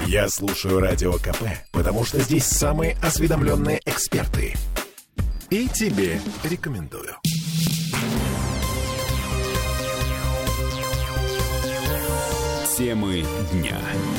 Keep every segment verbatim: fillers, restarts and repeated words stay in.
Я слушаю Радио КП, потому что здесь самые осведомленные эксперты. И тебе рекомендую. Темы дня.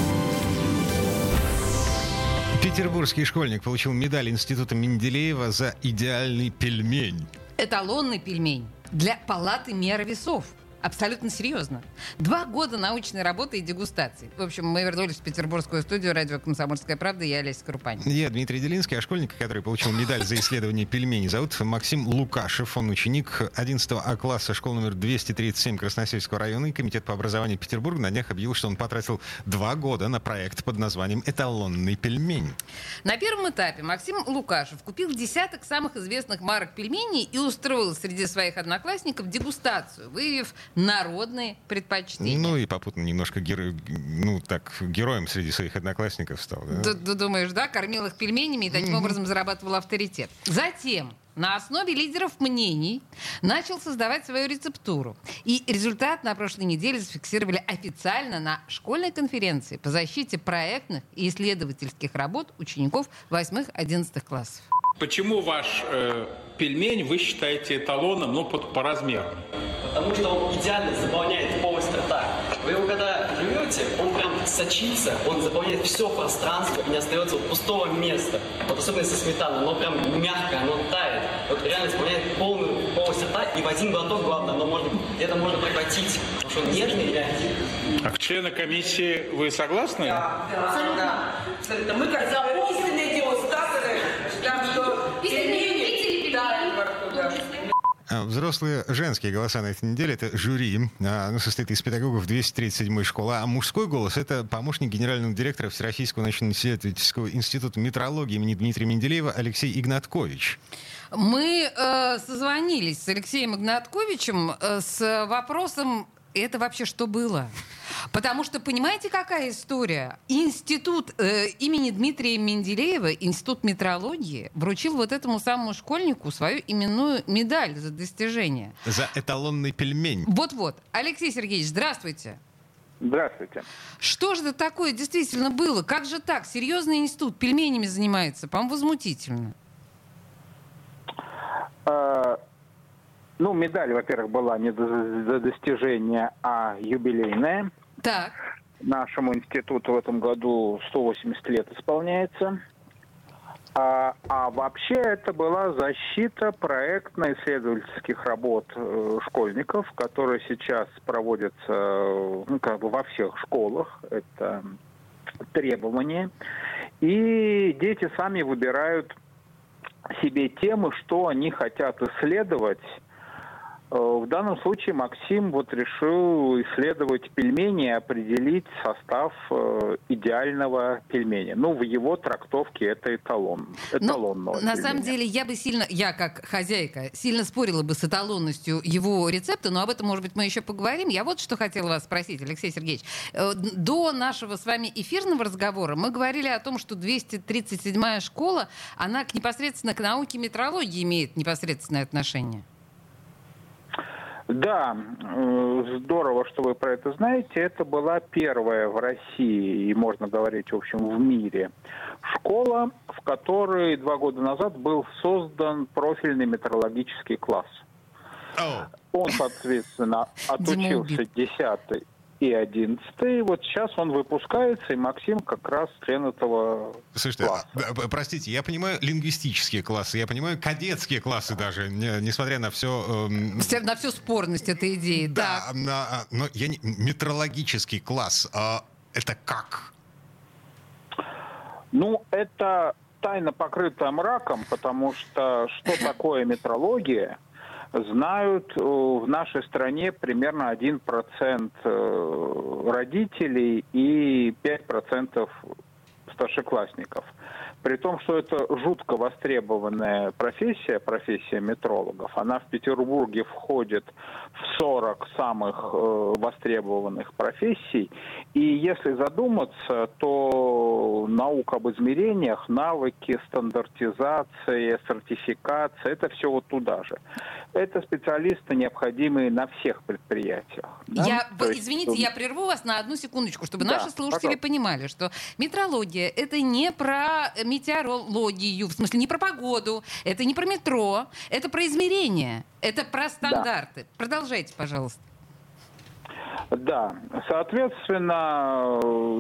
Петербургский школьник получил медаль Института Менделеева за идеальный пельмень. Эталонный пельмень для палаты меры весов. Абсолютно серьезно. Два года научной работы и дегустации. В общем, мы вернулись в петербургскую студию радио «Комсомольская правда». Я Олеся Крупанин. Я Дмитрий Делинский, а школьника, который получил медаль за исследование пельменей, зовут Максим Лукашев. Он ученик одиннадцатого А класса школы номер двести тридцать семь Красносельского района. И Комитет по образованию Петербурга на днях объявил, что он потратил два года на проект под названием «Эталонный пельмень». На первом этапе Максим Лукашев купил десяток самых известных марок пельменей и устроил среди своих одноклассников дегустацию, выявив народные предпочтения. Ну и попутно немножко геро... ну, так, героем среди своих одноклассников стал. Да? Ты, ты думаешь, да? Кормил их пельменями и таким mm-hmm. образом зарабатывал авторитет. Затем на основе лидеров мнений начал создавать свою рецептуру. И результат на прошлой неделе зафиксировали официально на школьной конференции по защите проектных и исследовательских работ учеников восьмых-одиннадцатых классов. Почему ваш э, пельмень вы считаете эталоном, ну, по, по размеру? Потому что он идеально заполняет полость рта. Вы его когда жуете, он прям сочится, он заполняет все пространство и не остается вот пустого места. Вот особенно со сметаной, оно прям мягкое, оно тает. Вот реально заполняет полную полость рта, и в один глоток, главное, оно можно, где-то можно проглотить, потому что он нежный и мягкий. А члены комиссии вы согласны? Да, да, абсолютно. Да. Абсолютно. Мы как запозденные дегустаторы, так что пельмени, да, Взрослые женские голоса на этой неделе — это жюри. Оно состоит из педагогов двести тридцать седьмой школы. А мужской голос — это помощник генерального директора Всероссийского научно-исследовательского института метрологии имени Дмитрия Менделеева Алексей Игнаткович. Мы э, созвонились с Алексеем Игнатковичем э, с вопросом: это вообще что было? Потому что, понимаете, какая история? Институт э, имени Дмитрия Менделеева, Институт метрологии, вручил вот этому самому школьнику свою именную медаль за достижение. За эталонный пельмень. Вот-вот. Алексей Сергеевич, здравствуйте. Здравствуйте. Что же это такое действительно было? Как же так? Серьезный институт пельменями занимается? По-моему, возмутительно. А... Ну, медаль, во-первых, была не за достижение, а юбилейная. Так. Нашему институту в этом году сто восемьдесят лет исполняется. А, а вообще это была защита проектно-исследовательских работ э, школьников, которые сейчас проводятся ну, как бы во всех школах. Это требование. И дети сами выбирают себе темы, что они хотят исследовать. В данном случае Максим вот решил исследовать пельмени и определить состав э, идеального пельменя. Ну, в его трактовке это эталон. Эталонного на самом деле, я бы сильно, я как хозяйка, сильно спорила бы с эталонностью его рецепта, но об этом, может быть, мы еще поговорим. Я вот что хотела вас спросить, Алексей Сергеевич. До нашего с вами эфирного разговора мы говорили о том, что двести тридцать седьмая школа, она к непосредственно к науке метрологии имеет непосредственное отношение. Да, здорово, что вы про это знаете. Это была первая в России, и можно говорить, в общем, в мире, школа, в которой два года назад был создан профильный метрологический класс. Oh. Он, соответственно, отучился десятый и одиннадцатый. Вот сейчас он выпускается, и Максим как раз член этого Слушайте, класса. А, простите, я понимаю лингвистические классы, я понимаю кадетские классы даже, не, несмотря на все... Эм... На всю спорность этой идеи. Да, на, но я не... метрологический класс, а это как? Ну, это тайна, покрытая мраком, потому что что такое метрология, знают в нашей стране примерно один процент родителей и пять процентов старшеклассников. При том, что это жутко востребованная профессия, профессия метрологов. Она в Петербурге входит в сорок самых э, востребованных профессий. И если задуматься, то наука об измерениях, навыки, стандартизация, сертификация, это все вот туда же. Это специалисты, необходимые на всех предприятиях. Да? Я, есть, извините, я прерву вас на одну секундочку, чтобы да, наши слушатели пожалуйста. понимали, что метрология — это не про метеорологию, в смысле не про погоду, это не про метро, это про измерения, это про стандарты. Да. Продолжайте, пожалуйста. Да, соответственно,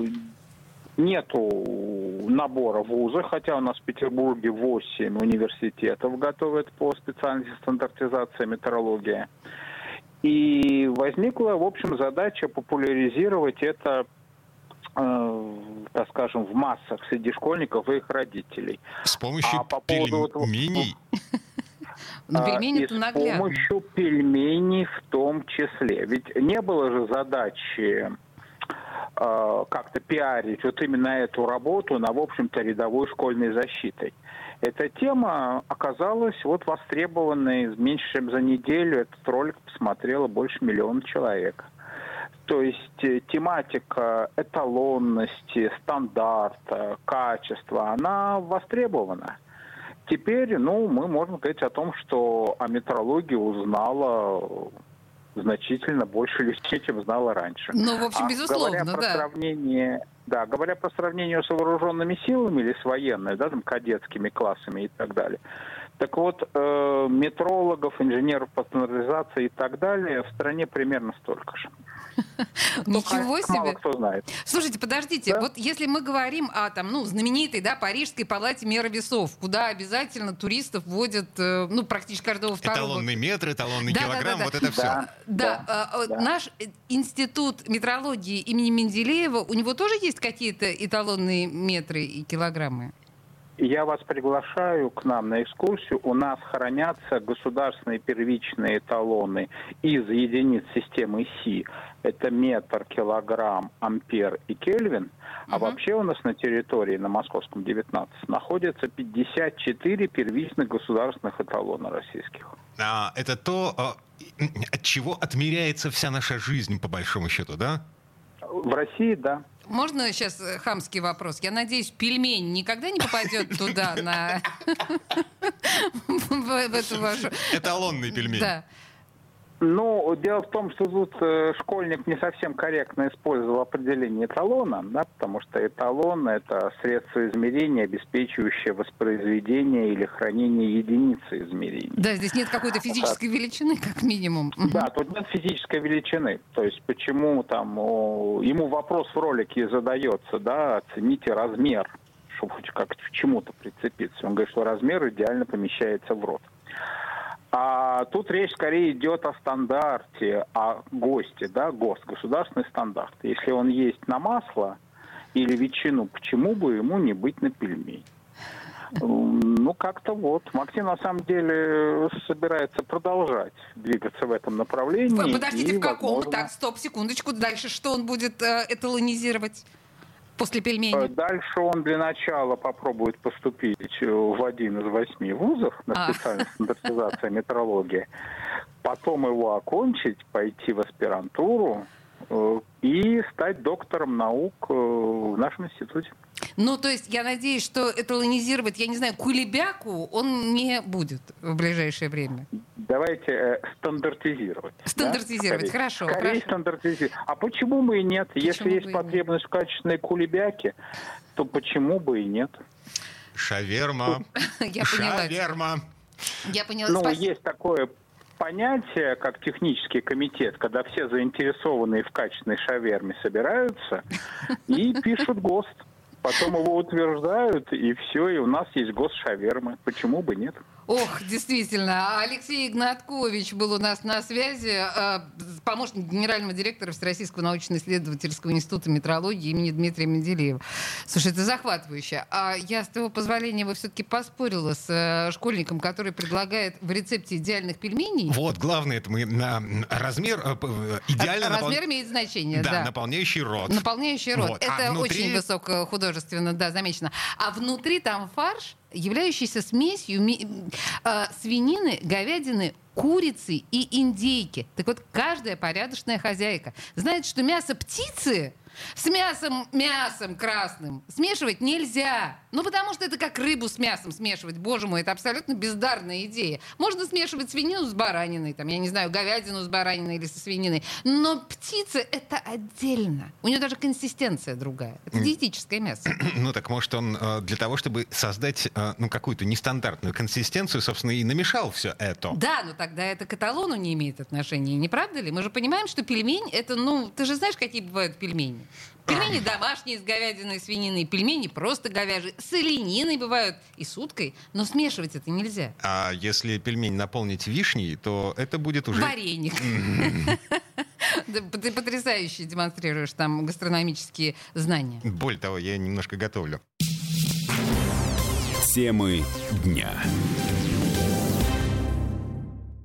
нету набора в вузы, хотя у нас в Петербурге восемь университетов готовят по специальности стандартизация метеорология. И возникла, в общем, задача популяризировать это, э, так скажем, в массах среди школьников и их родителей. С помощью а по пельменей? Но пельмени и это с наглядно. помощью пельменей в том числе. Ведь не было же задачи э, как-то пиарить вот именно эту работу на, в общем-то, рядовой школьной защитой. Эта тема оказалась вот востребованной меньше, чем за неделю. Этот ролик посмотрело больше миллиона человек. То есть тематика эталонности, стандарта, качества, она востребована. Теперь, ну, мы можем говорить о том, что о метрологии узнала значительно больше людей, чем знала раньше. Ну, в общем, а безусловно, говоря про да. Сравнение, да. Говоря про сравнение с вооруженными силами или с военной, да, там, кадетскими классами и так далее. Так вот, э, метрологов, инженеров по стандартизации и так далее в стране примерно столько же. Ничего себе. Мало кто знает. Слушайте, подождите, Да? вот если мы говорим о там, ну, знаменитой, да, Парижской палате меры весов, куда обязательно туристов вводят, э, ну, практически каждого второго. Эталонный метр, эталонный Да, килограмм, да, да, вот да. это все. Да. Да, Да, э, э, да. наш институт метрологии имени Менделеева, у него тоже есть какие-то эталонные метры и килограммы? Я вас приглашаю к нам на экскурсию. У нас хранятся государственные первичные эталоны из единиц системы Си. Это метр, килограмм, ампер и кельвин. А Угу. вообще у нас на территории, на Московском девятнадцать, находится пятьдесят четыре первичных государственных эталона российских. А, это то, а, от чего отмеряется вся наша жизнь, по большому счету, да? В России, да. Можно сейчас э, хамский вопрос? Я надеюсь, пельмень никогда не попадет туда, на... в эту вашу... Эталонный пельмень. Да. Ну, дело в том, что тут э, школьник не совсем корректно использовал определение эталона, да, потому что эталон – это средство измерения, обеспечивающее воспроизведение или хранение единицы измерения. Да, здесь нет какой-то физической величины, как минимум. Мгм. Да, тут нет физической величины. То есть почему там о, ему вопрос в ролике задается, да, оцените размер, чтобы хоть как-то к чему-то прицепиться. Он говорит, что размер идеально помещается в рот. А тут речь скорее идет о стандарте, о ГОСТе, да, ГОСТ, государственный стандарт. Если он есть на масло или ветчину, почему бы ему не быть на пельмень? Ну, как-то вот. Максим, на самом деле, собирается продолжать двигаться в этом направлении. Подождите, и, в каком? возможно, Так, стоп, секундочку. Дальше что он будет э, эталонизировать после пельменей? Дальше он для начала попробует поступить в один из восьми вузов на А. специальную стандартизацию метрологии, потом его окончить, пойти в аспирантуру э, и стать доктором наук э, в нашем институте. Ну, то есть я надеюсь, что эталонизировать, я не знаю, кулебяку он не будет в ближайшее время. Давайте э, стандартизировать. Стандартизировать, да? хорошо, Скорее хорошо. стандартизировать. А почему бы и нет? Почему Если бы есть и нет? потребность в качественной кулебяке, то почему бы и нет? Шаверма. Я поняла. Шаверма. Я поняла. Ну, Спасибо. есть такое понятие, как технический комитет, когда все заинтересованные в качественной шаверме собираются и пишут ГОСТ. Потом его утверждают, и все, и у нас есть ГОСТ шавермы. Почему бы нет? Ох, действительно, Алексей Игнаткович был у нас на связи, помощник генерального директора Всероссийского научно-исследовательского института метрологии имени Дмитрия Менделеева. Слушай, это захватывающе. А я, с твоего позволения, бы все-таки поспорила с школьником, который предлагает в рецепте идеальных пельменей. Вот, главное, это мы на размер идеально... Размер напол... имеет значение, да. Да, наполняющий рот. Наполняющий рот. Вот. Это а внутри... очень высокохудожественно, да, замечено. А внутри там фарш, являющийся смесью ми- э, свинины, говядины, курицы и индейки. Так вот, каждая порядочная хозяйка знает, что мясо птицы с мясом, мясом красным смешивать нельзя. Ну, потому что это как рыбу с мясом смешивать. Боже мой, это абсолютно бездарная идея. Можно смешивать свинину с бараниной, там, я не знаю, говядину с бараниной или со свининой. Но птица — это отдельно. У нее даже консистенция другая. Это диетическое мясо. Ну, так может он э, для того, чтобы создать э, ну, какую-то нестандартную консистенцию, собственно, и намешал все это. Да, но тогда это к эталону не имеет отношения, не правда ли? Мы же понимаем, что пельмень — это, ну, ты же знаешь, какие бывают пельмени. Пельмени домашние с говядиной, свининой, пельмени просто говяжьи, с олениной бывают и с уткой, но смешивать это нельзя. А если пельмень наполнить вишней, то это будет уже... Вареник. Ты потрясающе демонстрируешь там гастрономические знания. Более того, я немножко готовлю. Темы дня.